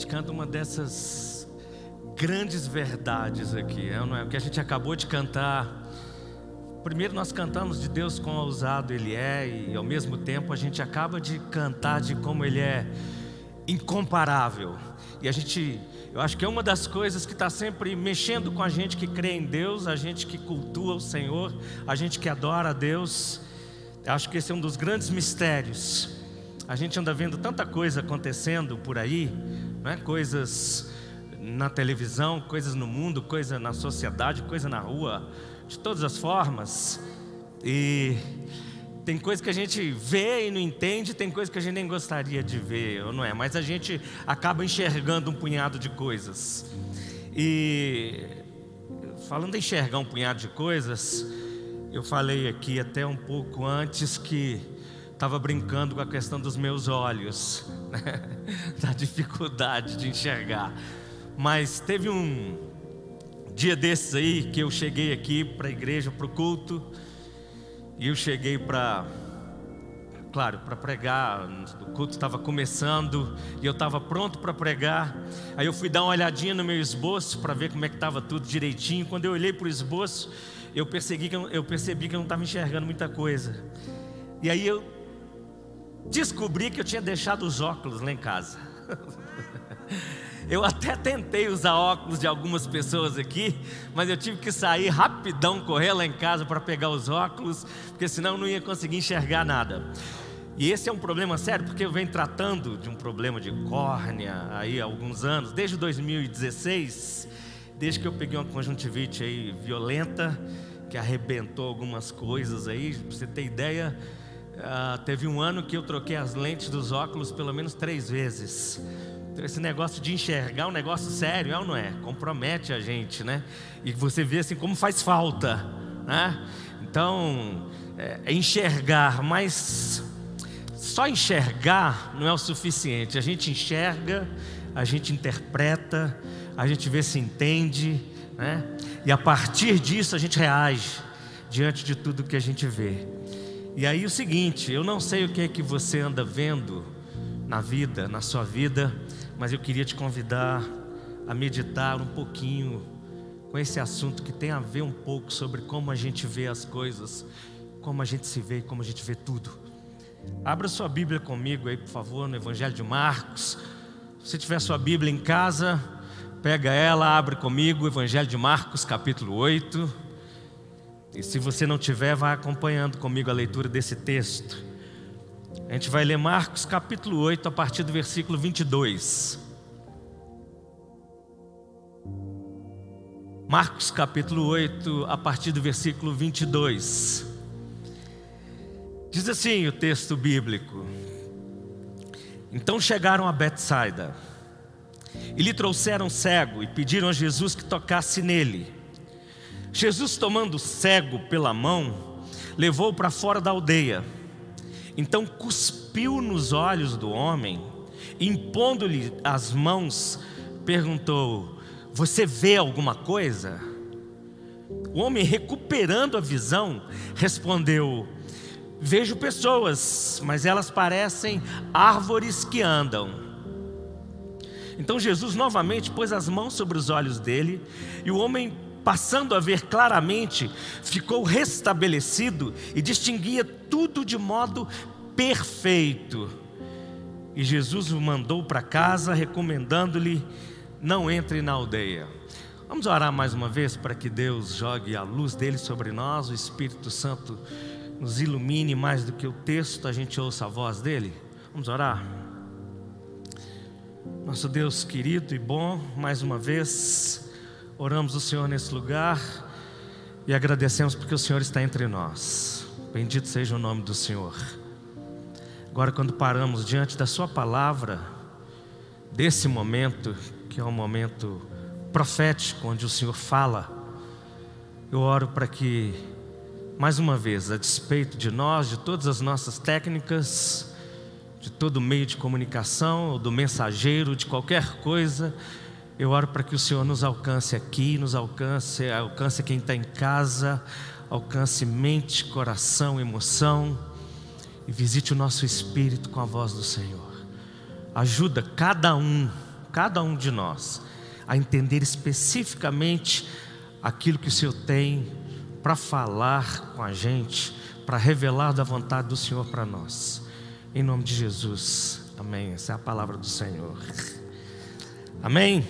canta uma dessas grandes verdades aqui, não é? O que a gente acabou de cantar. Primeiro nós cantamos de Deus quão ousado Ele é, e ao mesmo tempo a gente acaba de cantar de como Ele é incomparável. E eu acho que é uma das coisas que está sempre mexendo com a gente que crê em Deus, a gente que cultua o Senhor, a gente que adora a Deus. Eu acho que esse é um dos grandes mistérios. A gente anda vendo tanta coisa acontecendo por aí, não é? Coisas na televisão, coisas no mundo, coisa na sociedade, coisa na rua, de todas as formas. E tem coisa que a gente vê e não entende, tem coisa que a gente nem gostaria de ver, não é? Mas a gente acaba enxergando um punhado de coisas. E falando em enxergar um punhado de coisas, eu falei aqui até um pouco antes que estava brincando com a questão dos meus olhos, né? Da dificuldade de enxergar. Mas teve um dia desses aí que eu cheguei aqui para a igreja, para o culto, e eu cheguei para pregar. O culto estava começando e eu estava pronto para pregar. Aí eu fui dar uma olhadinha no meu esboço para ver como é que estava tudo direitinho. Quando eu olhei para o esboço, eu percebi que eu não estava enxergando muita coisa. E aí eu descobri que eu tinha deixado os óculos lá em casa. Eu até tentei usar óculos de algumas pessoas aqui, mas eu tive que sair rapidão, correr lá em casa para pegar os óculos, porque senão eu não ia conseguir enxergar nada. E esse é um problema sério, porque eu venho tratando de um problema de córnea aí há alguns anos, desde 2016, desde que eu peguei uma conjuntivite aí violenta, que arrebentou algumas coisas aí. Para você ter ideia, teve um ano que eu troquei as lentes dos óculos pelo menos 3 vezes. Então esse negócio de enxergar é um negócio sério, é ou não é? Compromete a gente, né? E você vê assim como faz falta, né? Então, é enxergar, mas só enxergar não é o suficiente. A gente enxerga, a gente interpreta, a gente vê se entende, né? E a partir disso a gente reage diante de tudo que a gente vê. E aí o seguinte, eu não sei o que é que você anda vendo na vida, na sua vida, mas eu queria te convidar a meditar um pouquinho com esse assunto que tem a ver um pouco sobre como a gente vê as coisas, como a gente se vê e como a gente vê tudo. Abra sua Bíblia comigo aí, por favor, no Evangelho de Marcos. Se você tiver sua Bíblia em casa, pega ela, abre comigo, Evangelho de Marcos, capítulo 8. E se você não tiver, vai acompanhando comigo a leitura desse texto. A gente vai ler Marcos capítulo 8 a partir do versículo 22. Marcos capítulo 8 a partir do versículo 22. Diz assim o texto bíblico: Então chegaram a Betsaida e lhe trouxeram cego e pediram a Jesus que tocasse nele. Jesus, tomando o cego pela mão, levou-o para fora da aldeia. Então cuspiu nos olhos do homem, impondo-lhe as mãos, perguntou: Você vê alguma coisa? O homem, recuperando a visão, respondeu: Vejo pessoas, mas elas parecem árvores que andam. Então Jesus novamente pôs as mãos sobre os olhos dele, e o homem, passando a ver claramente, ficou restabelecido e distinguia tudo de modo perfeito. E Jesus o mandou para casa, recomendando-lhe: não entre na aldeia. Vamos orar mais uma vez para que Deus jogue a luz dele sobre nós, o Espírito Santo nos ilumine mais do que o texto, a gente ouça a voz dele. Vamos orar? Nosso Deus querido e bom, mais uma vez oramos o Senhor nesse lugar e agradecemos porque o Senhor está entre nós. Bendito seja o nome do Senhor. Agora, quando paramos diante da sua palavra, desse momento, que é um momento profético, onde o Senhor fala, eu oro para que, mais uma vez, a despeito de nós, de todas as nossas técnicas, de todo meio de comunicação, ou do mensageiro, de qualquer coisa, eu oro para que o Senhor nos alcance aqui, alcance quem está em casa, alcance mente, coração, emoção, e visite o nosso espírito com a voz do Senhor. Ajuda cada um cada um de nós, a entender especificamente aquilo que o Senhor tem para falar com a gente, para revelar da vontade do Senhor para nós. Em nome de Jesus, amém. Essa é a palavra do Senhor. Amém?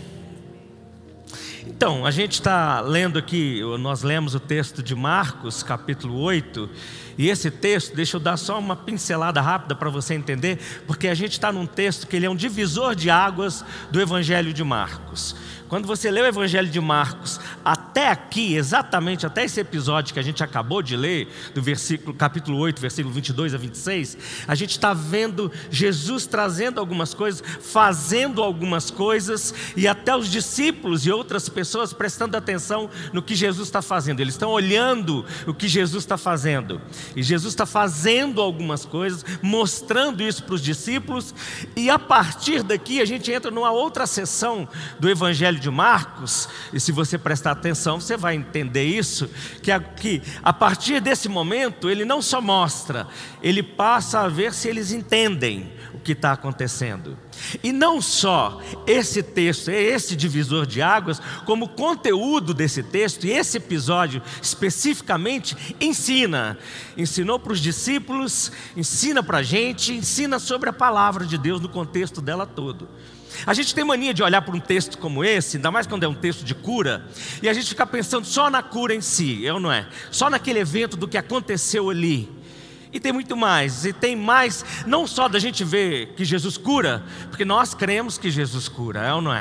Então, a gente está lendo aqui, nós lemos o texto de Marcos, capítulo 8, e esse texto, deixa eu dar só uma pincelada rápida para você entender, porque a gente está num texto que ele é um divisor de águas do Evangelho de Marcos. Quando você lê o Evangelho de Marcos até aqui, exatamente até esse episódio que a gente acabou de ler, do capítulo 8, versículo 22 a 26, a gente está vendo Jesus trazendo algumas coisas, fazendo algumas coisas, e até os discípulos e outras pessoas prestando atenção no que Jesus está fazendo. Eles estão olhando o que Jesus está fazendo, e Jesus está fazendo algumas coisas, mostrando isso para os discípulos, e a partir daqui a gente entra numa outra seção do Evangelho de Marcos, e se você prestar atenção, você vai entender isso, que a partir desse momento, ele não só mostra, ele passa a ver se eles entendem o que está acontecendo. E não só esse texto, esse divisor de águas, como o conteúdo desse texto, e esse episódio especificamente ensinou para os discípulos, ensina para a gente, ensina sobre a palavra de Deus no contexto dela todo. A gente tem mania de olhar para um texto como esse, ainda mais quando é um texto de cura, e a gente fica pensando só na cura em si, não é? Só naquele evento do que aconteceu ali. E tem muito mais, e tem mais, não só da gente ver que Jesus cura, porque nós cremos que Jesus cura, ou não é?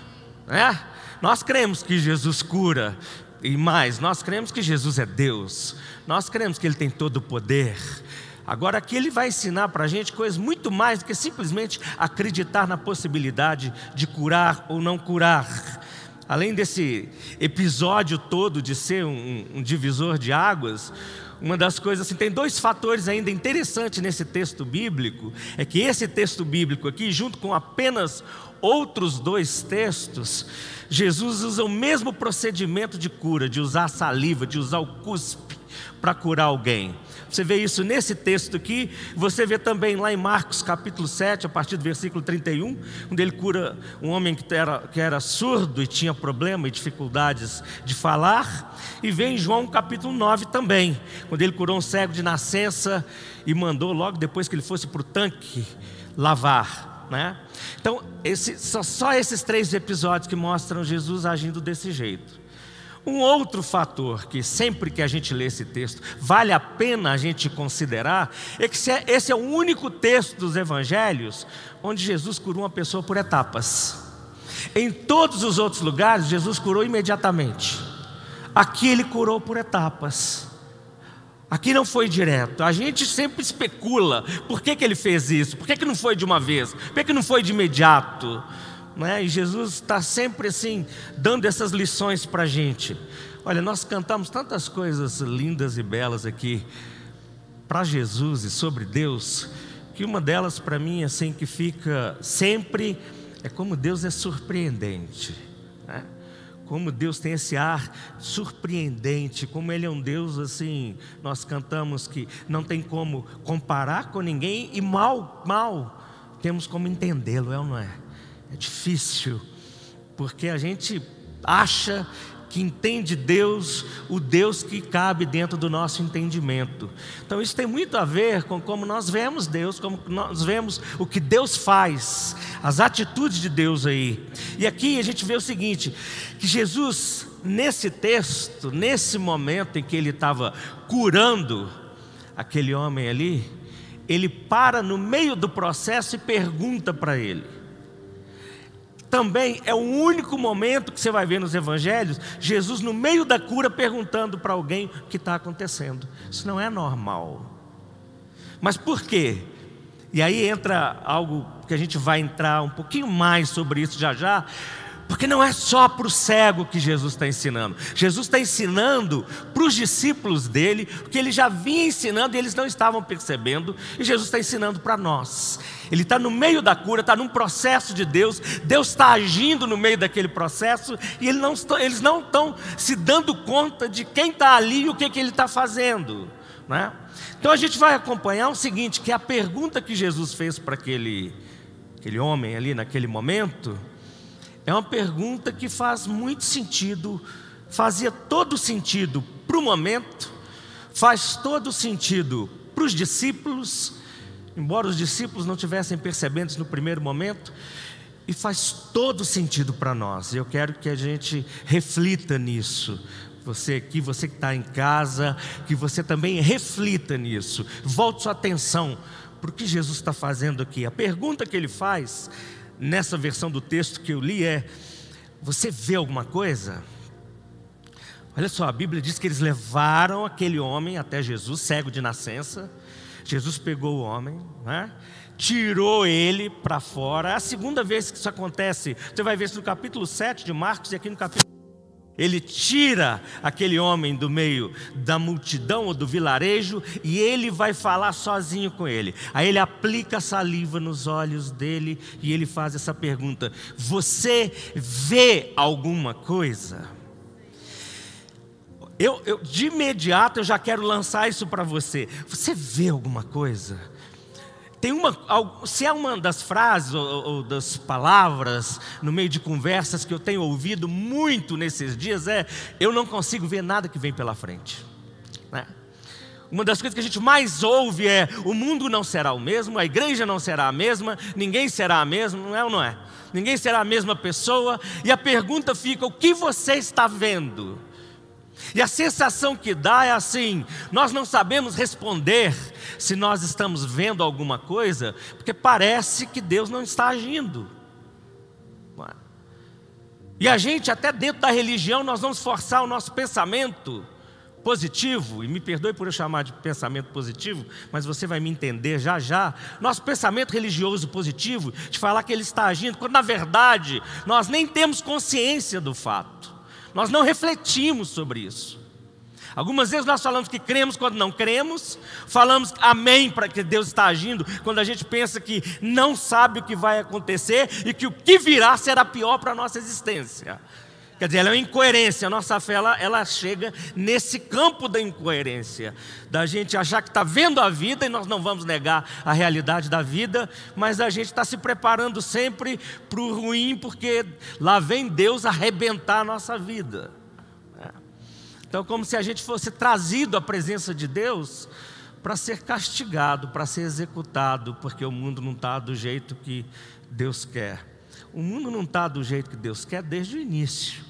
Nós cremos que Jesus cura, e mais, nós cremos que Jesus é Deus, nós cremos que Ele tem todo o poder. Agora aqui ele vai ensinar para a gente coisas muito mais do que simplesmente acreditar na possibilidade de curar ou não curar. Além desse episódio todo de ser um divisor de águas, uma das coisas, assim, tem dois fatores ainda interessantes nesse texto bíblico, é que esse texto bíblico aqui, junto com apenas outros dois textos, Jesus usa o mesmo procedimento de cura, de usar a saliva, de usar o cuspe para curar alguém. Você vê isso nesse texto aqui, você vê também lá em Marcos capítulo 7, a partir do versículo 31, onde ele cura um homem que era surdo e tinha problema e dificuldades de falar, e vê em João capítulo 9 também, quando ele curou um cego de nascença e mandou logo depois que ele fosse para o tanque lavar, né? Então, só esses três episódios que mostram Jesus agindo desse jeito. Um outro fator que sempre que a gente lê esse texto vale a pena a gente considerar é que esse é o único texto dos evangelhos onde Jesus curou uma pessoa por etapas. Em todos os outros lugares Jesus curou imediatamente. Aqui ele curou por etapas. Aqui não foi direto. A gente sempre especula por que ele fez isso, por que não foi de uma vez, por que não foi de imediato. E Jesus está sempre assim, dando essas lições para a gente. Olha, nós cantamos tantas coisas lindas e belas aqui para Jesus e sobre Deus, que uma delas para mim, assim, que fica sempre, é como Deus é surpreendente, né? Como Deus tem esse ar surpreendente, como Ele é um Deus assim, nós cantamos que não tem como comparar com ninguém e mal temos como entendê-lo, não é? É difícil, porque a gente acha que entende Deus, o Deus que cabe dentro do nosso entendimento. Então isso tem muito a ver com como nós vemos Deus, como nós vemos o que Deus faz, as atitudes de Deus aí. E aqui a gente vê o seguinte, que Jesus, nesse texto, nesse momento em que ele estava curando aquele homem ali, ele para no meio do processo e pergunta para ele. Também é o único momento que você vai ver nos evangelhos, Jesus no meio da cura perguntando para alguém o que está acontecendo. Isso não é normal. Mas por quê? E aí entra algo que a gente vai entrar um pouquinho mais sobre isso já. Porque não é só para o cego que Jesus está ensinando. Jesus está ensinando para os discípulos dele, porque ele já vinha ensinando e eles não estavam percebendo. E Jesus está ensinando para nós. Ele está no meio da cura, está num processo de Deus. Deus está agindo no meio daquele processo. E eles não estão se dando conta de quem está ali e o que ele está fazendo, né? Então a gente vai acompanhar o seguinte, que a pergunta que Jesus fez para aquele homem ali naquele momento, É uma pergunta que faz muito sentido, fazia todo sentido para o momento, faz todo sentido para os discípulos, embora os discípulos não tivessem percebendo isso no primeiro momento, e faz todo sentido para nós. Eu quero que a gente reflita nisso. Você aqui, você que está em casa, que você também reflita nisso. Volte sua atenção para o que Jesus está fazendo aqui. A pergunta que ele faz nessa versão do texto que eu li é: você vê alguma coisa? Olha só, a Bíblia diz que eles levaram aquele homem até Jesus, cego de nascença. Jesus pegou o homem, né? Tirou ele para fora. É a segunda vez que isso acontece. Você vai ver isso no capítulo 7 de Marcos e aqui no capítulo. Ele tira aquele homem do meio da multidão ou do vilarejo e ele vai falar sozinho com ele. Aí ele aplica saliva nos olhos dele e ele faz essa pergunta: você vê alguma coisa? De imediato eu já quero lançar isso para você. Você vê alguma coisa? Se é uma das frases ou das palavras no meio de conversas que eu tenho ouvido muito nesses dias é: eu não consigo ver nada que vem pela frente, né? Uma das coisas que a gente mais ouve é: o mundo não será o mesmo, a igreja não será a mesma, ninguém será a mesma, não é ou não é? Ninguém será a mesma pessoa. E a pergunta fica: o que você está vendo? E a sensação que dá é assim: nós não sabemos responder se nós estamos vendo alguma coisa, porque parece que Deus não está agindo. E a gente, até dentro da religião, nós vamos forçar o nosso pensamento positivo, e me perdoe por eu chamar de pensamento positivo, mas você vai me entender já já. Nosso pensamento religioso positivo, de falar que Ele está agindo, quando na verdade nós nem temos consciência do fato. Nós não refletimos sobre isso. Algumas vezes nós falamos que cremos quando não cremos, falamos amém para que Deus está agindo, quando a gente pensa que não sabe o que vai acontecer e que o que virá será pior para a nossa existência. Quer dizer, ela é uma incoerência. A nossa fé ela chega nesse campo da incoerência, da gente achar que está vendo a vida, e nós não vamos negar a realidade da vida, mas a gente está se preparando sempre para o ruim, porque lá vem Deus arrebentar a nossa vida. Então, como se a gente fosse trazido à presença de Deus para ser castigado, para ser executado, porque o mundo não está do jeito que Deus quer. O mundo não está do jeito que Deus quer desde o início.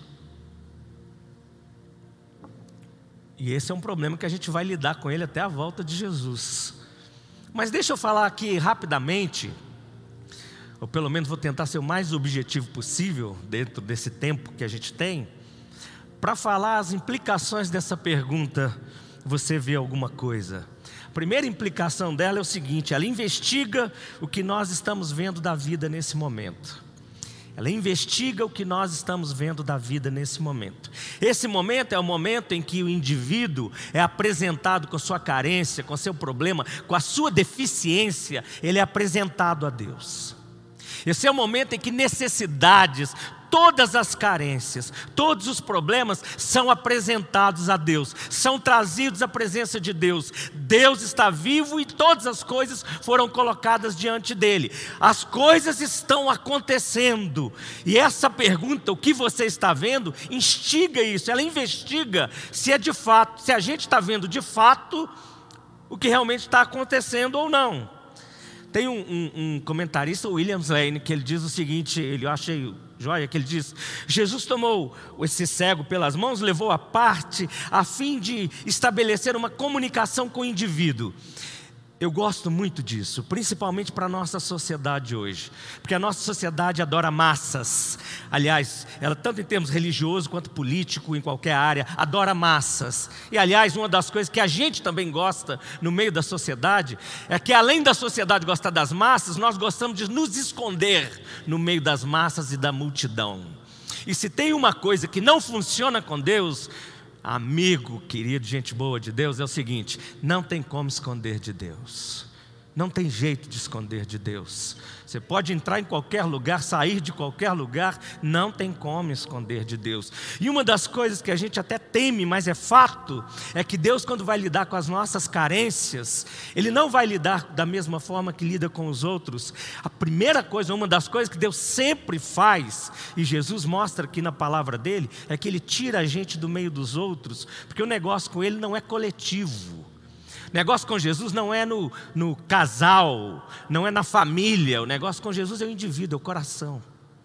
E esse é um problema que a gente vai lidar com ele até a volta de Jesus. Mas deixa eu falar aqui rapidamente, ou pelo menos vou tentar ser o mais objetivo possível dentro desse tempo que a gente tem, para falar as implicações dessa pergunta: você vê alguma coisa? A primeira implicação dela é o seguinte: ela investiga o que nós estamos vendo da vida nesse momento. Ela investiga o que nós estamos vendo da vida nesse momento. Esse momento é o momento em que o indivíduo é apresentado com sua carência, com seu problema, com a sua deficiência, ele é apresentado a Deus. Esse é o momento em que necessidades, todas as carências, todos os problemas são apresentados a Deus, são trazidos à presença de Deus. Deus está vivo e todas as coisas foram colocadas diante dele. As coisas estão acontecendo. E essa pergunta, o que você está vendo, instiga isso. Ela investiga se é de fato, se a gente está vendo de fato o que realmente está acontecendo ou não. Tem um comentarista, William Lane, que ele diz o seguinte, eu achei joia, que ele diz: Jesus tomou esse cego pelas mãos, levou à parte, a fim de estabelecer uma comunicação com o indivíduo. Eu gosto muito disso, principalmente para a nossa sociedade hoje, porque a nossa sociedade adora massas. Aliás, ela tanto em termos religioso quanto político, em qualquer área, adora massas. E aliás, uma das coisas que a gente também gosta no meio da sociedade é que, além da sociedade gostar das massas, nós gostamos de nos esconder no meio das massas e da multidão. E se tem uma coisa que não funciona com Deus, amigo, querido, gente boa de Deus, é o seguinte: não tem como esconder de Deus. Não tem jeito de esconder de Deus. Você pode entrar em qualquer lugar, sair de qualquer lugar, não tem como esconder de Deus. E uma das coisas que a gente até teme, mas é fato, é que Deus, quando vai lidar com as nossas carências, Ele não vai lidar da mesma forma que lida com os outros. A primeira coisa, uma das coisas que Deus sempre faz, e Jesus mostra aqui na palavra dele, é que Ele tira a gente do meio dos outros, porque o negócio com Ele não é coletivo. O negócio com Jesus não é no casal, não é na família. O negócio com Jesus é o indivíduo, é o coração.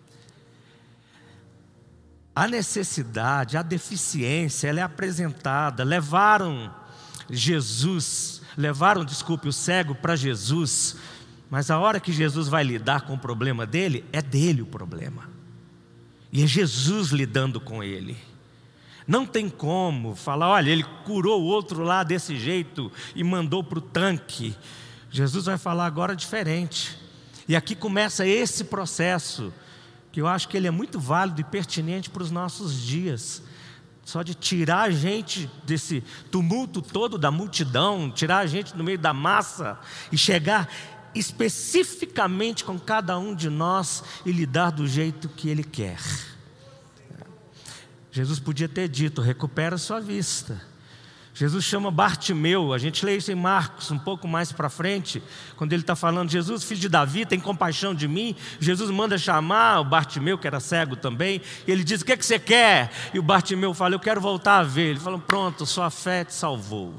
A necessidade, a deficiência, ela é apresentada. Levaram o cego para Jesus, mas a hora que Jesus vai lidar com o problema dele, é dele o problema. E é Jesus lidando com ele. Não tem como falar, olha, ele curou o outro lá desse jeito e mandou para o tanque. Jesus vai falar agora diferente. E aqui começa esse processo, que eu acho que ele é muito válido e pertinente para os nossos dias. Só de tirar a gente desse tumulto todo da multidão, tirar a gente no meio da massa e chegar especificamente com cada um de nós e lidar do jeito que Ele quer. Jesus podia ter dito, recupera sua vista. Jesus chama Bartimeu, a gente lê isso em Marcos, um pouco mais para frente, quando ele está falando, Jesus, filho de Davi, tem compaixão de mim. Jesus manda chamar o Bartimeu, que era cego também, e ele diz, o que você quer? E o Bartimeu fala, eu quero voltar a ver. Ele fala, pronto, sua fé te salvou.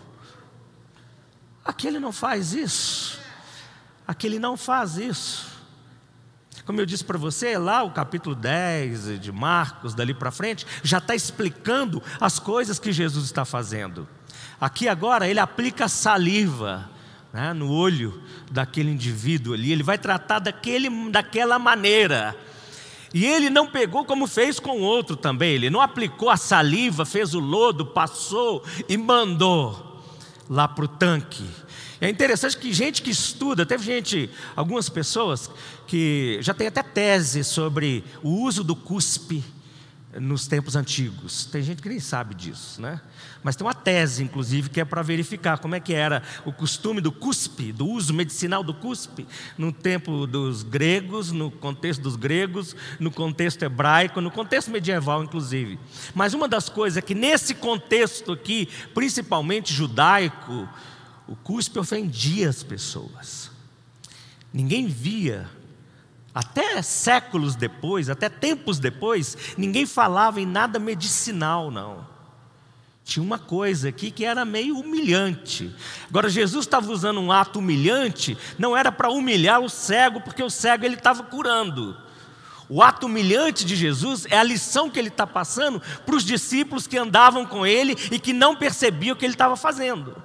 Aqui ele não faz isso. Aqui ele não faz isso. Como eu disse para você, lá o capítulo 10 de Marcos, dali para frente, já está explicando as coisas que Jesus está fazendo. Aqui agora ele aplica saliva, né, no olho daquele indivíduo ali. Ele vai tratar daquela maneira. E ele não pegou como fez com o outro também. Ele não aplicou a saliva, fez o lodo, passou e mandou lá para o tanque. É interessante que gente que estuda, algumas pessoas que já tem até tese sobre o uso do cuspe nos tempos antigos. Tem gente que nem sabe disso, né? Mas tem uma tese, inclusive, que é para verificar como é que era o costume do cuspe, do uso medicinal do cuspe, no tempo dos gregos, no contexto dos gregos, no contexto hebraico, no contexto medieval, inclusive. Mas uma das coisas é que nesse contexto aqui, principalmente judaico, o cuspe ofendia as pessoas. Ninguém via, até séculos depois, até tempos depois, ninguém falava em nada medicinal, não. Tinha uma coisa aqui que era meio humilhante. Agora, Jesus estava usando um ato humilhante, não era para humilhar o cego, porque o cego ele estava curando. O ato humilhante de Jesus é a lição que ele está passando para os discípulos que andavam com ele e que não percebiam o que ele estava fazendo.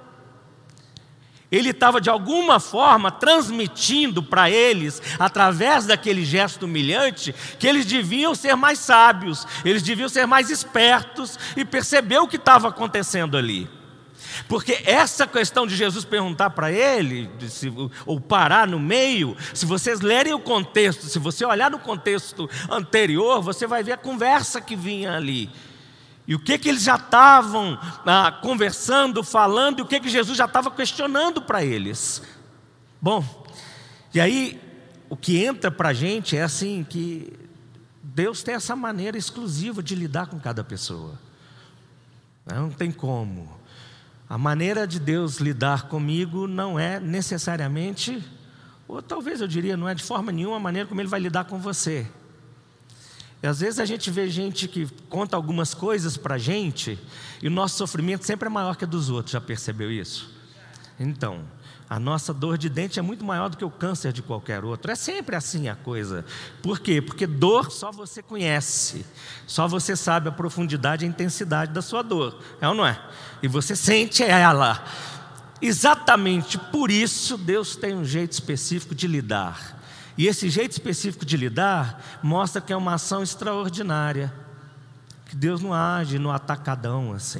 Ele estava de alguma forma transmitindo para eles, através daquele gesto humilhante, que eles deviam ser mais sábios, eles deviam ser mais espertos e perceber o que estava acontecendo ali. Porque essa questão de Jesus perguntar para ele, ou parar no meio, se vocês lerem o contexto, se você olhar no contexto anterior, você vai ver a conversa que vinha ali. E o que eles já estavam conversando, falando, e o que Jesus já estava questionando para eles. Bom, e aí o que entra para a gente é assim, que Deus tem essa maneira exclusiva de lidar com cada pessoa. Não tem como. A maneira de Deus lidar comigo não é necessariamente, ou talvez eu diria, não é de forma nenhuma a maneira como Ele vai lidar com você. E às vezes a gente vê gente que conta algumas coisas para a gente, e o nosso sofrimento sempre é maior que a dos outros, já percebeu isso? Então, a nossa dor de dente é muito maior do que o câncer de qualquer outro. É sempre assim a coisa. Por quê? Porque dor só você conhece, só você sabe a profundidade e a intensidade da sua dor, é ou não é? E você sente ela. Exatamente por isso Deus tem um jeito específico de lidar. E esse jeito específico de lidar mostra que é uma ação extraordinária, que Deus não age no atacadão assim.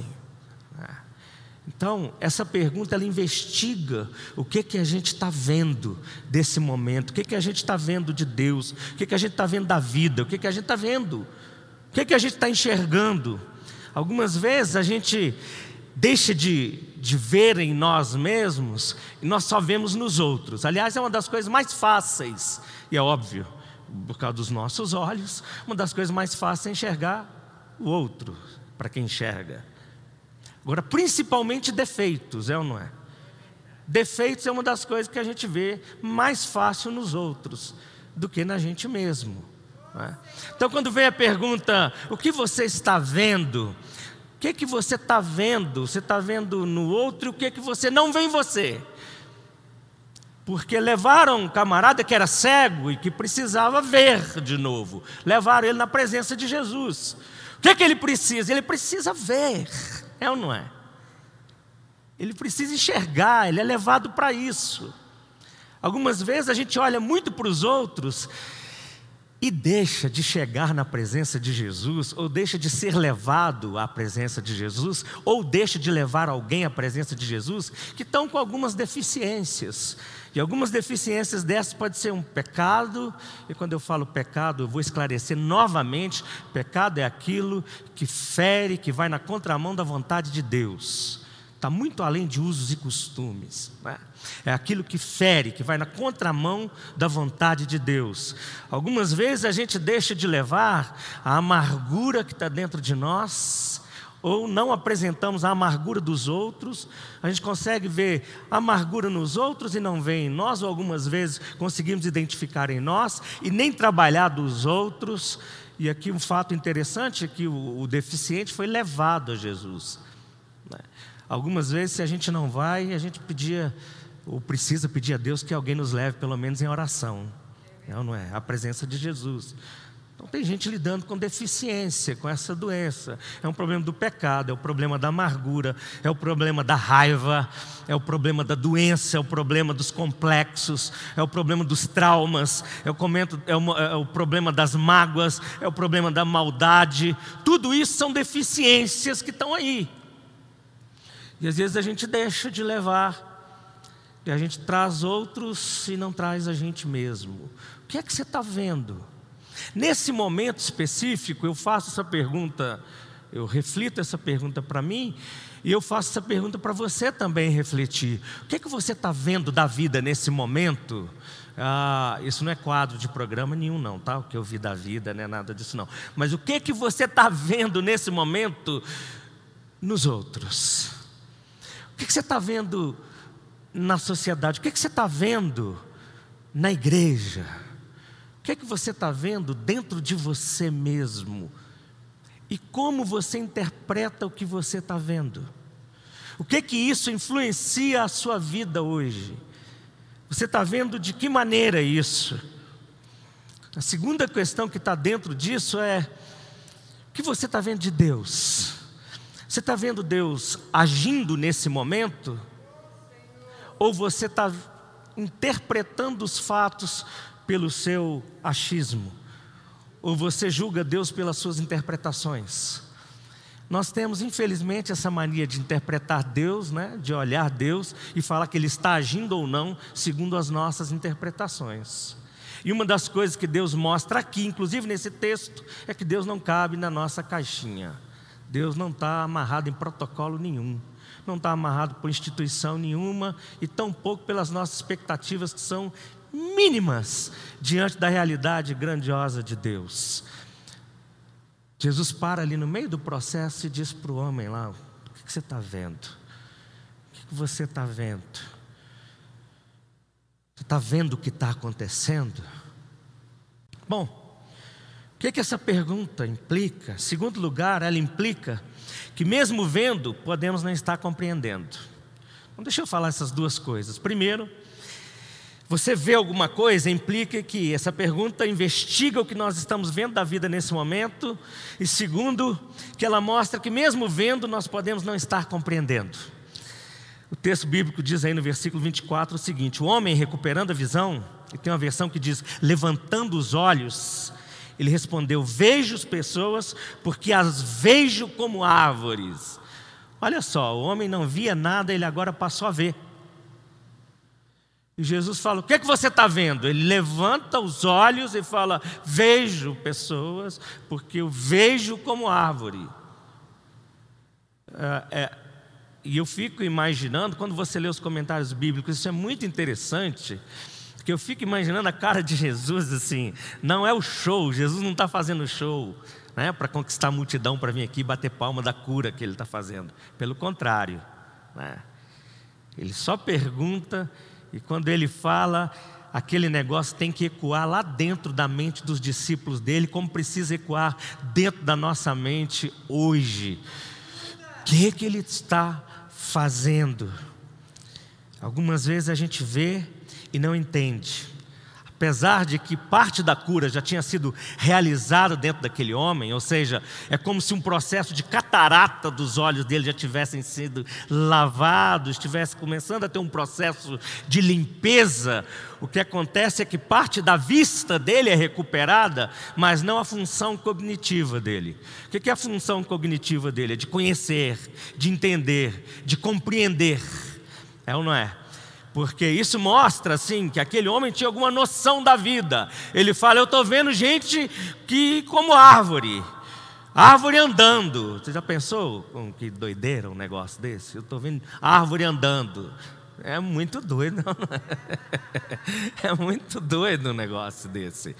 Então, essa pergunta ela investiga o que a gente está vendo desse momento, o que a gente está vendo de Deus, o que a gente está vendo da vida, o que a gente está vendo, o que a gente está enxergando. Algumas vezes a gente deixa de ver em nós mesmos e nós só vemos nos outros. Aliás, é uma das coisas mais fáceis, e é óbvio, por causa dos nossos olhos, uma das coisas mais fáceis é enxergar o outro, para quem enxerga. Agora, principalmente defeitos, é ou não é? Defeitos é uma das coisas que a gente vê mais fácil nos outros do que na gente mesmo, não é? Então, quando vem a pergunta, o que você está vendo? O que você está vendo? Você está vendo no outro, o que você não vê em você? Porque levaram um camarada que era cego e que precisava ver de novo. Levaram ele na presença de Jesus. O que ele precisa? Ele precisa ver, é ou não é? Ele precisa enxergar, ele é levado para isso. Algumas vezes a gente olha muito para os outros e deixa de chegar na presença de Jesus, ou deixa de ser levado à presença de Jesus, ou deixa de levar alguém à presença de Jesus, que estão com algumas deficiências. E algumas deficiências dessas pode ser um pecado, e quando eu falo pecado, eu vou esclarecer novamente: pecado é aquilo que fere, que vai na contramão da vontade de Deus. Está muito além de usos e costumes, né? É aquilo que fere, que vai na contramão da vontade de Deus. Algumas vezes a gente deixa de levar a amargura que está dentro de nós, ou não apresentamos a amargura dos outros. A gente consegue ver a amargura nos outros e não vê em nós, ou algumas vezes conseguimos identificar em nós e nem trabalhar dos outros. E aqui um fato interessante é que o deficiente foi levado a Jesus, né? Algumas vezes, se a gente não vai, a gente pedia, ou precisa pedir a Deus que alguém nos leve, pelo menos em oração, é ou não é? A presença de Jesus. Então tem gente lidando com deficiência, com essa doença. É um problema do pecado, é o problema da amargura, é o problema da raiva, é o problema da doença, é o problema dos complexos, é o problema dos traumas, é o problema das mágoas, é o problema da maldade. Tudo isso são deficiências que estão aí. E às vezes a gente deixa de levar, e a gente traz outros e não traz a gente mesmo. O que é que você está vendo? Nesse momento específico, eu faço essa pergunta, eu reflito essa pergunta para mim, e eu faço essa pergunta para você também refletir. O que é que você está vendo da vida nesse momento? Isso não é quadro de programa nenhum não, tá? O que eu vi da vida não é nada disso não. Mas o que é que você está vendo nesse momento nos outros? O que você está vendo na sociedade? O que você está vendo na igreja? O que você está vendo dentro de você mesmo? E como você interpreta o que você está vendo? O que isso influencia a sua vida hoje? Você está vendo de que maneira isso? A segunda questão que está dentro disso é: o que você está vendo de Deus? Você está vendo Deus agindo nesse momento? Ou você está interpretando os fatos pelo seu achismo? Ou você julga Deus pelas suas interpretações? Nós temos, infelizmente, essa mania de interpretar Deus, né? De olhar Deus e falar que Ele está agindo ou não segundo as nossas interpretações. E uma das coisas que Deus mostra aqui, inclusive nesse texto, é que Deus não cabe na nossa caixinha. Deus não está amarrado em protocolo nenhum, não está amarrado por instituição nenhuma, e tampouco pelas nossas expectativas, que são mínimas diante da realidade grandiosa de Deus. Jesus para ali no meio do processo e diz para o homem lá: o que você está vendo? O que você está vendo? Você está vendo o que está acontecendo? Bom, o que essa pergunta implica? Em segundo lugar, ela implica que mesmo vendo, podemos não estar compreendendo. Então deixa eu falar essas duas coisas. Primeiro, você vê alguma coisa, implica que essa pergunta investiga o que nós estamos vendo da vida nesse momento. E segundo, que ela mostra que mesmo vendo, nós podemos não estar compreendendo. O texto bíblico diz aí no versículo 24 o seguinte: o homem recuperando a visão, e tem uma versão que diz levantando os olhos, ele respondeu: vejo as pessoas, porque as vejo como árvores. Olha só, o homem não via nada, ele agora passou a ver. E Jesus fala: o que você está vendo? Ele levanta os olhos e fala: vejo pessoas, porque eu vejo como árvore. E eu fico imaginando, quando você lê os comentários bíblicos, isso é muito interessante, porque eu fico imaginando a cara de Jesus assim, não é o show, Jesus não está fazendo show, né, para conquistar a multidão para vir aqui bater palma da cura que ele está fazendo. Pelo contrário, né? Ele só pergunta, e quando ele fala, aquele negócio tem que ecoar lá dentro da mente dos discípulos dele, como precisa ecoar dentro da nossa mente hoje. O que ele está fazendo? Algumas vezes a gente vê e não entende. Apesar de que parte da cura já tinha sido realizada dentro daquele homem, ou seja, é como se um processo de catarata dos olhos dele já tivessem sido lavados, estivesse começando a ter um processo de limpeza. O que acontece é que parte da vista dele é recuperada, mas não a função cognitiva dele. O que é a função cognitiva dele? É de conhecer, de entender, de compreender. É ou não é? Porque isso mostra assim, que aquele homem tinha alguma noção da vida. Ele fala, eu estou vendo gente que como árvore andando. Você já pensou que doideira um negócio desse? Eu estou vendo árvore andando. É muito doido, não é? É muito doido um negócio desse.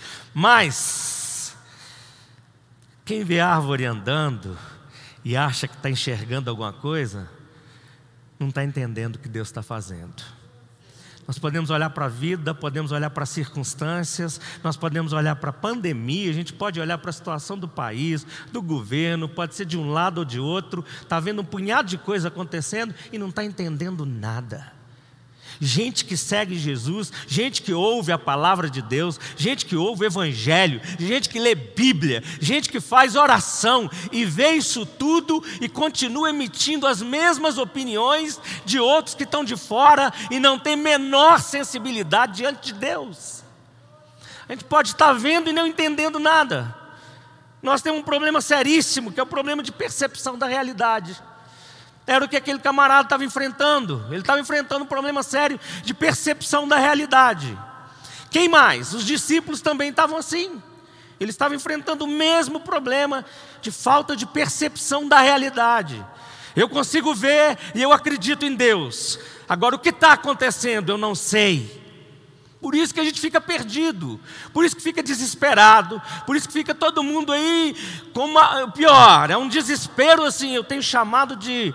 Mas quem vê árvore andando e acha que está enxergando alguma coisa, não está entendendo o que Deus está fazendo. Nós podemos olhar para a vida, podemos olhar para as circunstâncias, nós podemos olhar para a pandemia, a gente pode olhar para a situação do país, do governo, pode ser de um lado ou de outro, está vendo um punhado de coisa acontecendo e não está entendendo nada. Gente que segue Jesus, gente que ouve a palavra de Deus, gente que ouve o Evangelho, gente que lê Bíblia, gente que faz oração e vê isso tudo e continua emitindo as mesmas opiniões de outros que estão de fora e não tem menor sensibilidade diante de Deus. A gente pode estar vendo e não entendendo nada. Nós temos um problema seríssimo, que é o problema de percepção da realidade. Era o que aquele camarada estava enfrentando. Ele estava enfrentando um problema sério de percepção da realidade. Quem mais? Os discípulos também estavam assim. Eles estavam enfrentando o mesmo problema de falta de percepção da realidade. Eu consigo ver e eu acredito em Deus. Agora o que está acontecendo eu não sei. Por isso que a gente fica perdido, por isso que fica desesperado, por isso que fica todo mundo aí pior, é um desespero assim. Eu tenho chamado de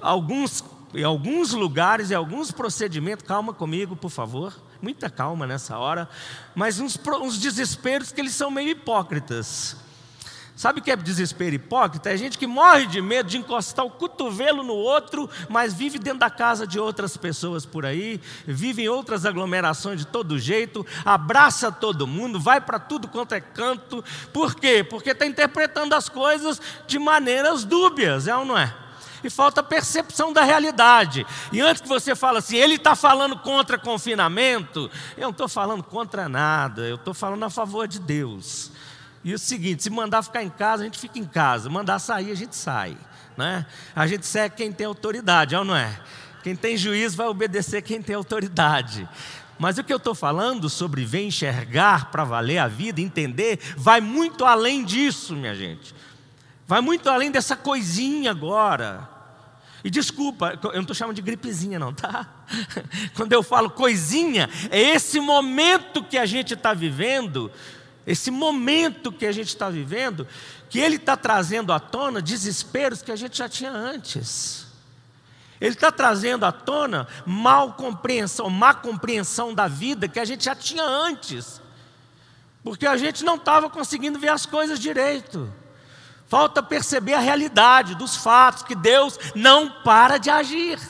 em alguns lugares e alguns procedimentos, calma comigo por favor, muita calma nessa hora, mas uns desesperos que eles são meio hipócritas. Sabe o que é desespero hipócrita? É gente que morre de medo de encostar o cotovelo no outro, mas vive dentro da casa de outras pessoas por aí, vive em outras aglomerações de todo jeito, abraça todo mundo, vai para tudo quanto é canto. Por quê? Porque está interpretando as coisas de maneiras dúbias, é ou não é? E falta percepção da realidade. E antes que você fale assim, ele está falando contra confinamento, eu não estou falando contra nada, eu estou falando a favor de Deus. E o seguinte, se mandar ficar em casa, a gente fica em casa. Mandar sair, a gente sai, né? A gente segue quem tem autoridade, é ou não é? Quem tem juízo vai obedecer quem tem autoridade. Mas o que eu estou falando sobre ver enxergar para valer a vida, entender, vai muito além disso, minha gente. Vai muito além dessa coisinha agora. E desculpa, eu não estou chamando de gripezinha não, tá? Quando eu falo coisinha, é esse momento que a gente está vivendo. Esse momento que a gente está vivendo, que ele está trazendo à tona desesperos que a gente já tinha antes. Ele está trazendo à tona má compreensão da vida que a gente já tinha antes. Porque a gente não estava conseguindo ver as coisas direito. Falta perceber a realidade dos fatos, que Deus não para de agir.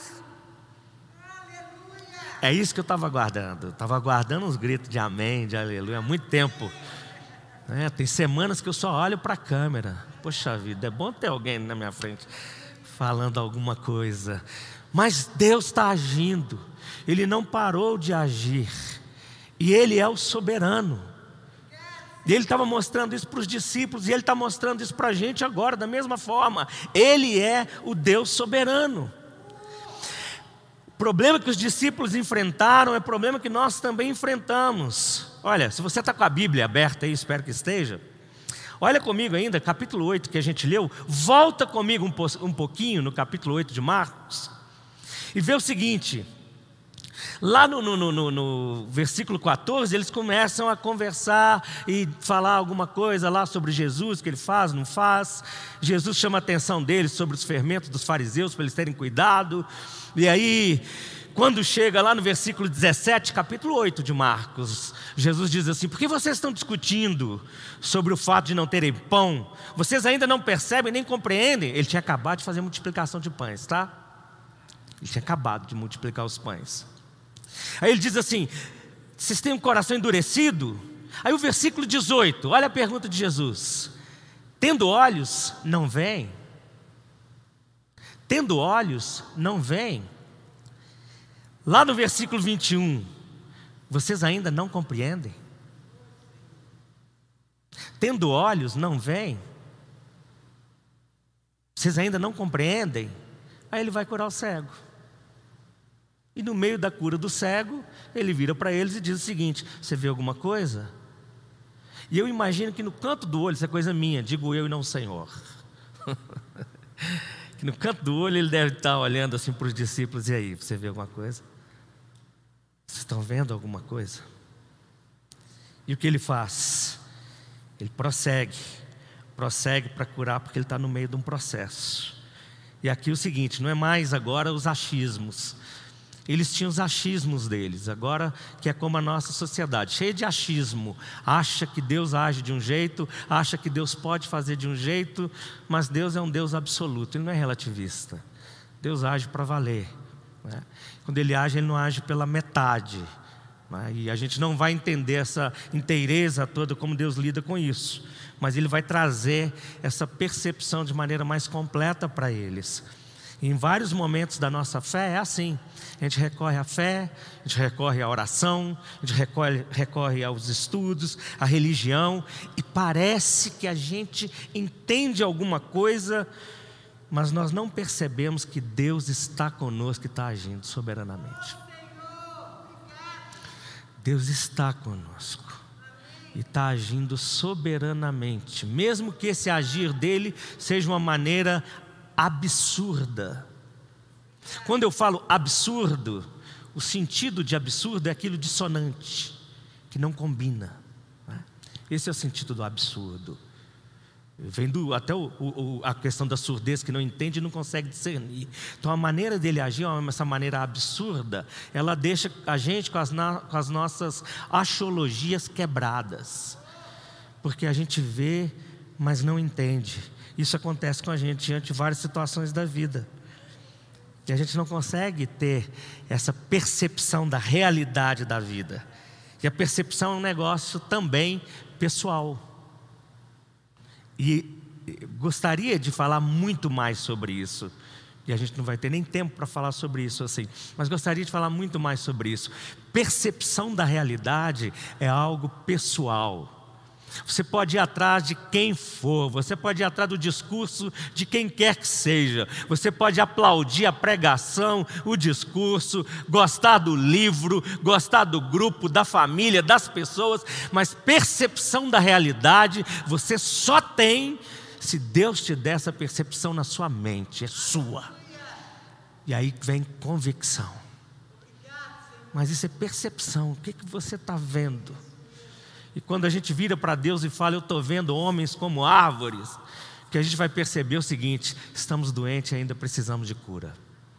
É isso que eu estava aguardando. Estava aguardando uns gritos de amém, de aleluia há muito tempo. Tem semanas que eu só olho para a câmera. Poxa vida, é bom ter alguém na minha frente falando alguma coisa. Mas Deus está agindo. Ele não parou de agir. E Ele é o soberano. E Ele estava mostrando isso para os discípulos. E Ele está mostrando isso para a gente agora, da mesma forma. Ele é o Deus soberano. O problema que os discípulos enfrentaram é o problema que nós também enfrentamos. Olha, se você está com a Bíblia aberta aí, espero que esteja. Olha comigo ainda, capítulo 8 que a gente leu. Volta comigo um pouquinho no capítulo 8 de Marcos. E vê o seguinte, lá no versículo 14, eles começam a conversar e falar alguma coisa lá sobre Jesus, que ele faz, não faz. Jesus chama a atenção deles sobre os fermentos dos fariseus, para eles terem cuidado. E aí, quando chega lá no versículo 17, capítulo 8 de Marcos, Jesus diz assim: por que vocês estão discutindo sobre o fato de não terem pão? Vocês ainda não percebem nem compreendem? Ele tinha acabado de fazer multiplicação de pães, tá? Ele tinha acabado de multiplicar os pães. Aí ele diz assim: vocês têm um coração endurecido? Aí o versículo 18, olha a pergunta de Jesus: tendo olhos, não veem? Tendo olhos, não veem? Lá no versículo 21, vocês ainda não compreendem? Tendo olhos, não veem? Vocês ainda não compreendem? Aí ele vai curar o cego. E no meio da cura do cego, ele vira para eles e diz o seguinte: você vê alguma coisa? E eu imagino que no canto do olho, isso é coisa minha, digo eu e não o Senhor. Que no canto do olho ele deve estar olhando assim para os discípulos: e aí, você vê alguma coisa? Vocês estão vendo alguma coisa? E o que ele faz? Ele prossegue para curar, porque ele está no meio de um processo. E aqui o seguinte, não é mais agora os achismos. Eles tinham os achismos deles, agora que é como a nossa sociedade, cheia de achismo. Acha que Deus age de um jeito, acha que Deus pode fazer de um jeito, mas Deus é um Deus absoluto, Ele não é relativista. Deus age para valer, né? Quando Ele age, Ele não age pela metade, né? E a gente não vai entender essa inteireza toda, como Deus lida com isso. Mas Ele vai trazer essa percepção de maneira mais completa para eles. Em vários momentos da nossa fé é assim. A gente recorre à fé, a gente recorre à oração, a gente recorre aos estudos, à religião, e parece que a gente entende alguma coisa, mas nós não percebemos que Deus está conosco e está agindo soberanamente. Deus está conosco e está agindo soberanamente, mesmo que esse agir dele seja uma maneira absurda. Quando eu falo absurdo, o sentido de absurdo é aquilo dissonante, que não combina, né? Esse é o sentido do absurdo. Vem até a questão da surdez, que não entende e não consegue discernir. Então a maneira dele agir, essa maneira absurda, ela deixa a gente com as nossas axiologias quebradas, porque a gente vê, mas não entende. Isso acontece com a gente diante de várias situações da vida, e a gente não consegue ter essa percepção da realidade da vida. E a percepção é um negócio também pessoal. E gostaria de falar muito mais sobre isso, e a gente não vai ter nem tempo para falar sobre isso assim, mas gostaria de falar muito mais sobre isso. Percepção da realidade é algo pessoal. Você pode ir atrás de quem for, você pode ir atrás do discurso de quem quer que seja, você pode aplaudir a pregação, o discurso, gostar do livro, gostar do grupo, da família, das pessoas, mas percepção da realidade você só tem se Deus te der essa percepção na sua mente, é sua. E aí vem convicção. Mas isso é percepção, o que você está vendo? E quando a gente vira para Deus e fala: eu estou vendo homens como árvores, que a gente vai perceber o seguinte: estamos doentes e ainda precisamos de cura.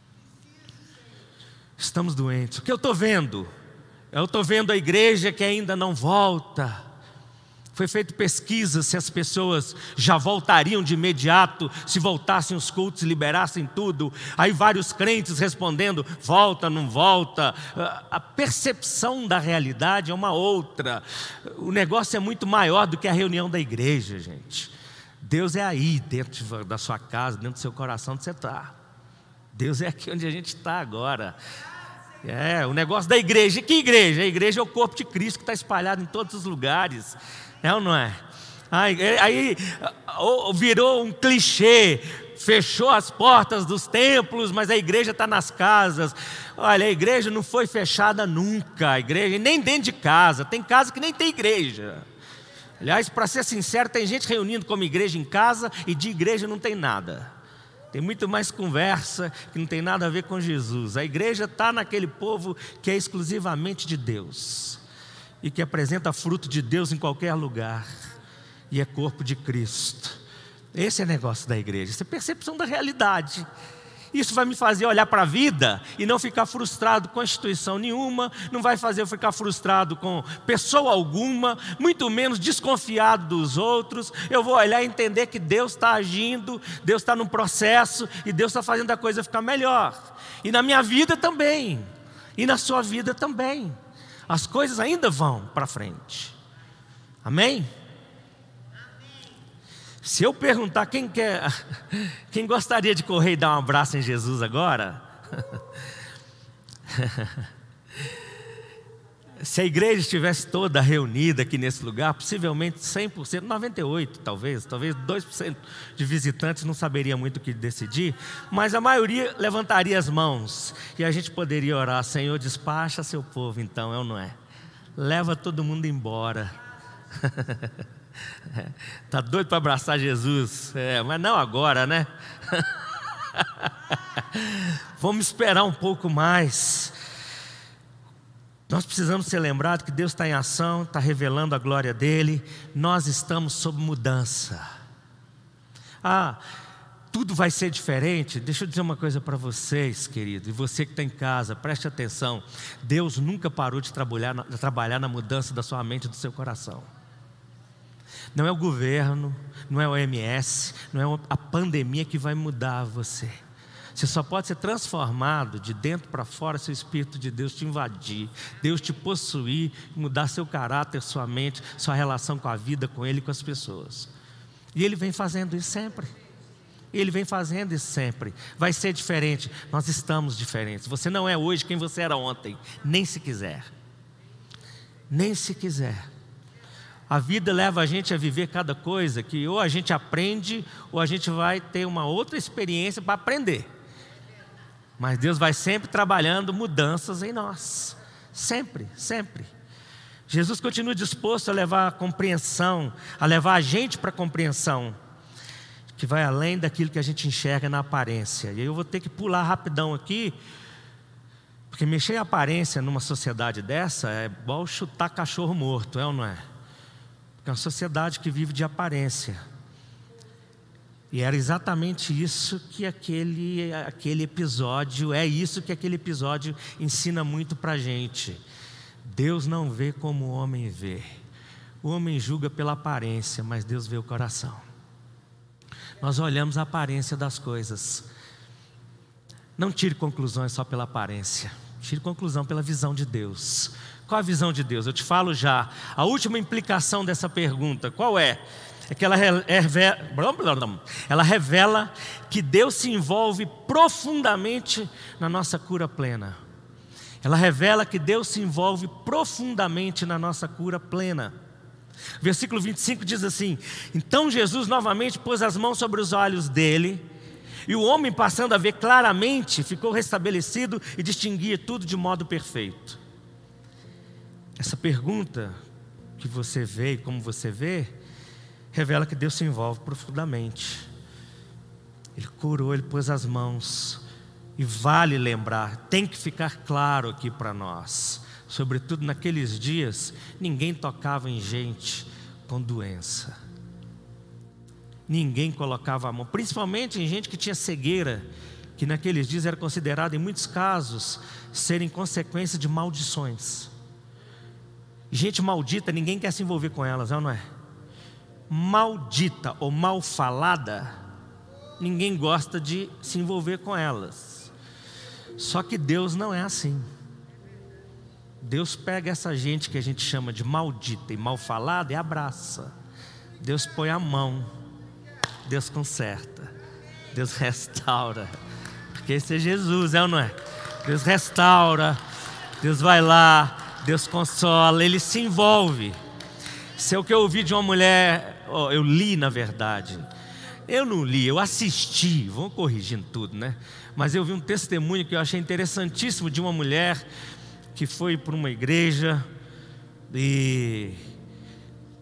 Estamos doentes. O que eu estou vendo? Eu estou vendo a igreja que ainda não volta. Foi feita pesquisa se as pessoas já voltariam de imediato, se voltassem os cultos e liberassem tudo. Aí vários crentes respondendo: volta, não volta. A percepção da realidade é uma outra. O negócio é muito maior do que a reunião da igreja, gente. Deus é aí, dentro da sua casa, dentro do seu coração, onde você está. Deus é aqui onde a gente está agora. O negócio da igreja. Que igreja? A igreja é o corpo de Cristo que está espalhado em todos os lugares. É ou não é? Aí virou um clichê, fechou as portas dos templos, mas a igreja está nas casas. Olha, a igreja não foi fechada nunca, a igreja nem dentro de casa, tem casa que nem tem igreja. Aliás, para ser sincero, tem gente reunindo como igreja em casa e de igreja não tem nada. Tem muito mais conversa que não tem nada a ver com Jesus. A igreja está naquele povo que é exclusivamente de Deus e que apresenta fruto de Deus em qualquer lugar e é corpo de Cristo. Esse é o negócio da igreja, essa é a percepção da realidade. Isso vai me fazer olhar para a vida e não ficar frustrado com instituição nenhuma, não vai fazer eu ficar frustrado com pessoa alguma, muito menos desconfiado dos outros. Eu vou olhar e entender que Deus está agindo, Deus está no processo e Deus está fazendo a coisa ficar melhor. E na minha vida também, e na sua vida também. As coisas ainda vão para frente. Amém? Se eu perguntar quem gostaria de correr e dar um abraço em Jesus agora? Se a igreja estivesse toda reunida aqui nesse lugar, possivelmente 100%, 98% talvez 2% de visitantes não saberia muito o que decidir, mas a maioria levantaria as mãos e a gente poderia orar: Senhor, despacha seu povo então, é ou não é? Leva todo mundo embora. Está doido para abraçar Jesus, mas não agora, né? Vamos esperar um pouco mais. Nós precisamos ser lembrados que Deus está em ação, está revelando a glória dEle. Nós estamos sob mudança. Tudo vai ser diferente. Deixa eu dizer uma coisa para vocês, querido, e você que está em casa, preste atenção. Deus nunca parou de trabalhar na mudança da sua mente e do seu coração. Não é o governo, não é o OMS, não é a pandemia que vai mudar você. Você só pode ser transformado de dentro para fora se o Espírito de Deus te invadir, Deus te possuir, mudar seu caráter, sua mente, sua relação com a vida, com Ele e com as pessoas. E Ele vem fazendo isso sempre. Ele vem fazendo isso sempre. Vai ser diferente. Nós estamos diferentes. Você não é hoje quem você era ontem, nem se quiser. Nem se quiser. A vida leva a gente a viver cada coisa que ou a gente aprende ou a gente vai ter uma outra experiência para aprender. Mas Deus vai sempre trabalhando mudanças em nós. Sempre, sempre. Jesus continua disposto a levar a compreensão, a levar a gente para a compreensão, que vai além daquilo que a gente enxerga na aparência. E aí eu vou ter que pular rapidão aqui, porque mexer em aparência numa sociedade dessa é igual chutar cachorro morto, é ou não é? É uma sociedade que vive de aparência. E era exatamente isso que aquele episódio, é isso que aquele episódio ensina muito para a gente. Deus não vê como o homem vê. O homem julga pela aparência, mas Deus vê o coração. Nós olhamos a aparência das coisas. Não tire conclusões só pela aparência. Tire conclusão pela visão de Deus. Qual a visão de Deus? Eu te falo já. A última implicação dessa pergunta, qual é? É que ela revela que Deus se envolve profundamente na nossa cura plena. Ela revela que Deus se envolve profundamente na nossa cura plena. Versículo 25 diz assim: então Jesus novamente pôs as mãos sobre os olhos dele, e o homem, passando a ver claramente, ficou restabelecido e distinguia tudo de modo perfeito. Essa pergunta que você vê e como você vê, revela que Deus se envolve profundamente. Ele curou, Ele pôs as mãos. E vale lembrar, tem que ficar claro aqui para nós, sobretudo naqueles dias, ninguém tocava em gente com doença. Ninguém colocava a mão, principalmente em gente que tinha cegueira, que naqueles dias era considerado, em muitos casos, serem consequência de maldições. Gente maldita, ninguém quer se envolver com elas, não é? Maldita ou mal falada, ninguém gosta de se envolver com elas. Só que Deus não é assim. Deus pega essa gente que a gente chama de maldita e mal falada e abraça. Deus põe a mão, Deus conserta, Deus restaura. Porque esse é Jesus, é ou não é? Deus restaura, Deus vai lá, Deus consola, Ele se envolve. Isso é o que eu ouvi de uma mulher, eu li na verdade. Eu não li, eu assisti, vão corrigindo tudo, né? Mas eu vi um testemunho que eu achei interessantíssimo de uma mulher que foi para uma igreja e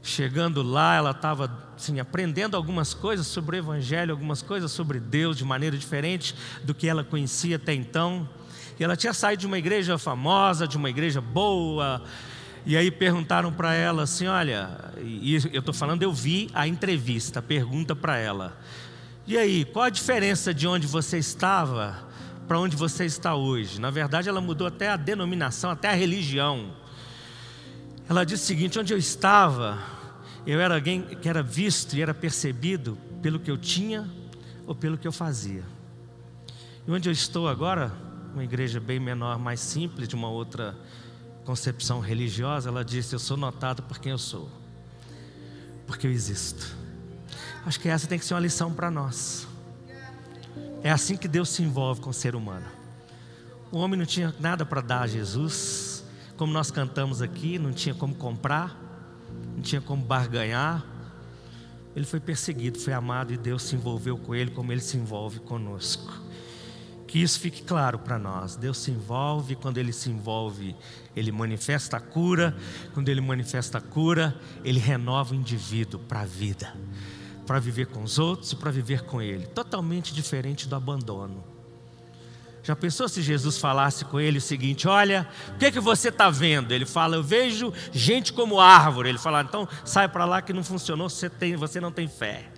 Chegando lá, ela estava assim, aprendendo algumas coisas sobre o Evangelho, algumas coisas sobre Deus, de maneira diferente do que ela conhecia até então. E ela tinha saído de uma igreja famosa, de uma igreja boa. E aí perguntaram para ela assim, olha, e eu estou falando, eu vi a entrevista, a pergunta para ela. E aí, qual a diferença de onde você estava para onde você está hoje? Na verdade, ela mudou até a denominação, até a religião. Ela disse o seguinte, onde eu estava, eu era alguém que era visto e era percebido pelo que eu tinha ou pelo que eu fazia. E onde eu estou agora, uma igreja bem menor, mais simples, de uma outra concepção religiosa, ela disse, eu sou notado por quem eu sou, porque eu existo. Acho que essa tem que ser uma lição para nós. É assim que Deus se envolve com o ser humano. O homem não tinha nada para dar a Jesus, como nós cantamos aqui, não tinha como comprar, não tinha como barganhar. Ele foi perseguido, foi amado e Deus se envolveu com ele como ele se envolve conosco. Que isso fique claro para nós. Deus se envolve, quando Ele se envolve, Ele manifesta a cura. Quando Ele manifesta a cura, Ele renova o indivíduo para a vida, para viver com os outros e para viver com Ele. Totalmente diferente do abandono. Já pensou se Jesus falasse com ele o seguinte, olha, o que você está vendo? Ele fala, eu vejo gente como árvore. Ele fala, então sai para lá que não funcionou, você não tem fé.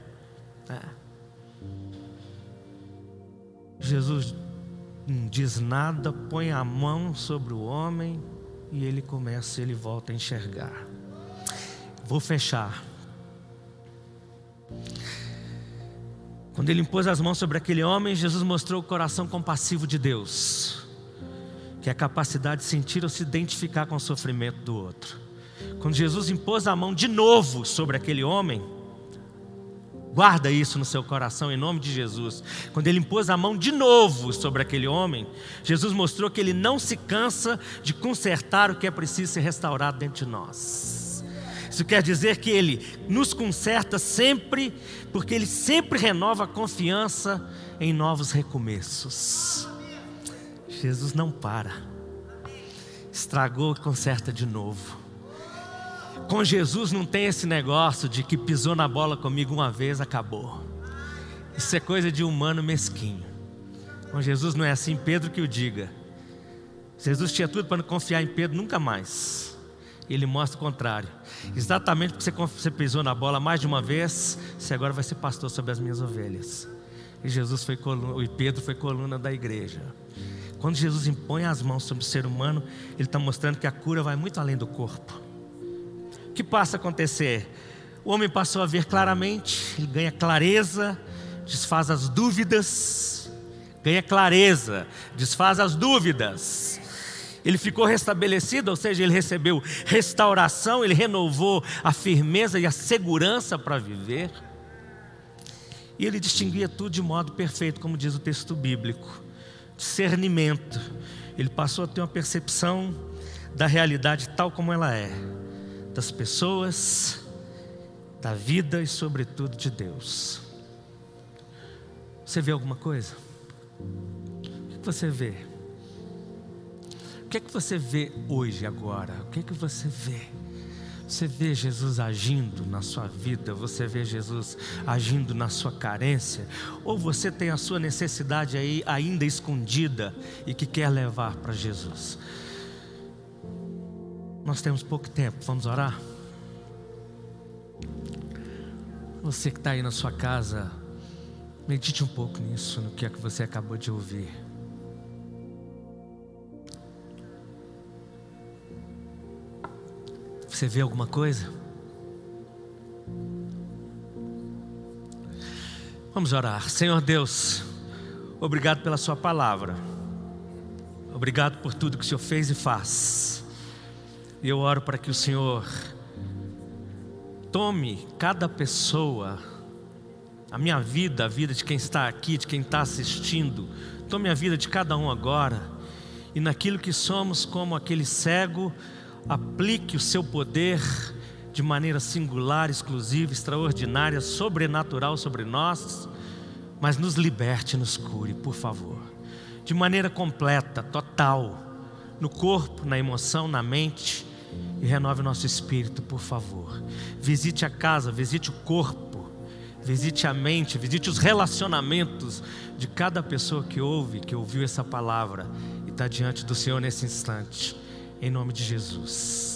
Jesus não diz nada, põe a mão sobre o homem e ele volta a enxergar. Vou fechar. Quando ele impôs as mãos sobre aquele homem, Jesus mostrou o coração compassivo de Deus, que é a capacidade de sentir ou se identificar com o sofrimento do outro. Quando Jesus impôs a mão de novo sobre aquele homem, guarda isso no seu coração em nome de Jesus. Quando ele impôs a mão de novo sobre aquele homem, Jesus mostrou que ele não se cansa de consertar o que é preciso ser restaurado dentro de nós. Isso quer dizer que Ele nos conserta sempre, porque Ele sempre renova a confiança em novos recomeços. Jesus não para. Estragou, conserta de novo. Com Jesus não tem esse negócio de que pisou na bola comigo uma vez, acabou. Isso é coisa de humano mesquinho. Com Jesus não é assim, Pedro que o diga. Jesus tinha tudo para não confiar em Pedro nunca mais. Ele mostra o contrário. Exatamente porque você pisou na bola mais de uma vez, você agora vai ser pastor sobre as minhas ovelhas. E Jesus foi coluna, e Pedro foi coluna da igreja. Quando Jesus impõe as mãos sobre o ser humano, Ele está mostrando que a cura vai muito além do corpo. O que passa a acontecer? O homem passou a ver claramente, ele ganha clareza, desfaz as dúvidas. Ganha clareza, desfaz as dúvidas. Ele ficou restabelecido, ou seja, ele recebeu restauração, ele renovou a firmeza e a segurança para viver. E ele distinguia tudo de modo perfeito, como diz o texto bíblico. Discernimento. Ele passou a ter uma percepção da realidade tal como ela é, das pessoas, da vida e sobretudo de Deus. Você vê alguma coisa? O que você vê? O que é que você vê hoje, agora? O que é que você vê? Você vê Jesus agindo na sua vida? Você vê Jesus agindo na sua carência? Ou você tem a sua necessidade aí ainda escondida e que quer levar para Jesus? Nós temos pouco tempo, vamos orar? Você que está aí na sua casa, medite um pouco nisso, no que é que você acabou de ouvir. Você vê alguma coisa? Vamos orar. Senhor Deus, obrigado pela sua palavra. Obrigado por tudo que o Senhor fez e faz. E eu oro para que o Senhor tome cada pessoa, a minha vida, a vida de quem está aqui, de quem está assistindo. Tome a vida de cada um agora. E naquilo que somos como aquele cego, aplique o seu poder de maneira singular, exclusiva, extraordinária, sobrenatural sobre nós, mas nos liberte, nos cure, por favor, de maneira completa, total, no corpo, na emoção, na mente e renove o nosso espírito, por favor. Visite a casa, visite o corpo, visite a mente, visite os relacionamentos de cada pessoa que ouviu essa palavra e está diante do Senhor nesse instante, em nome de Jesus.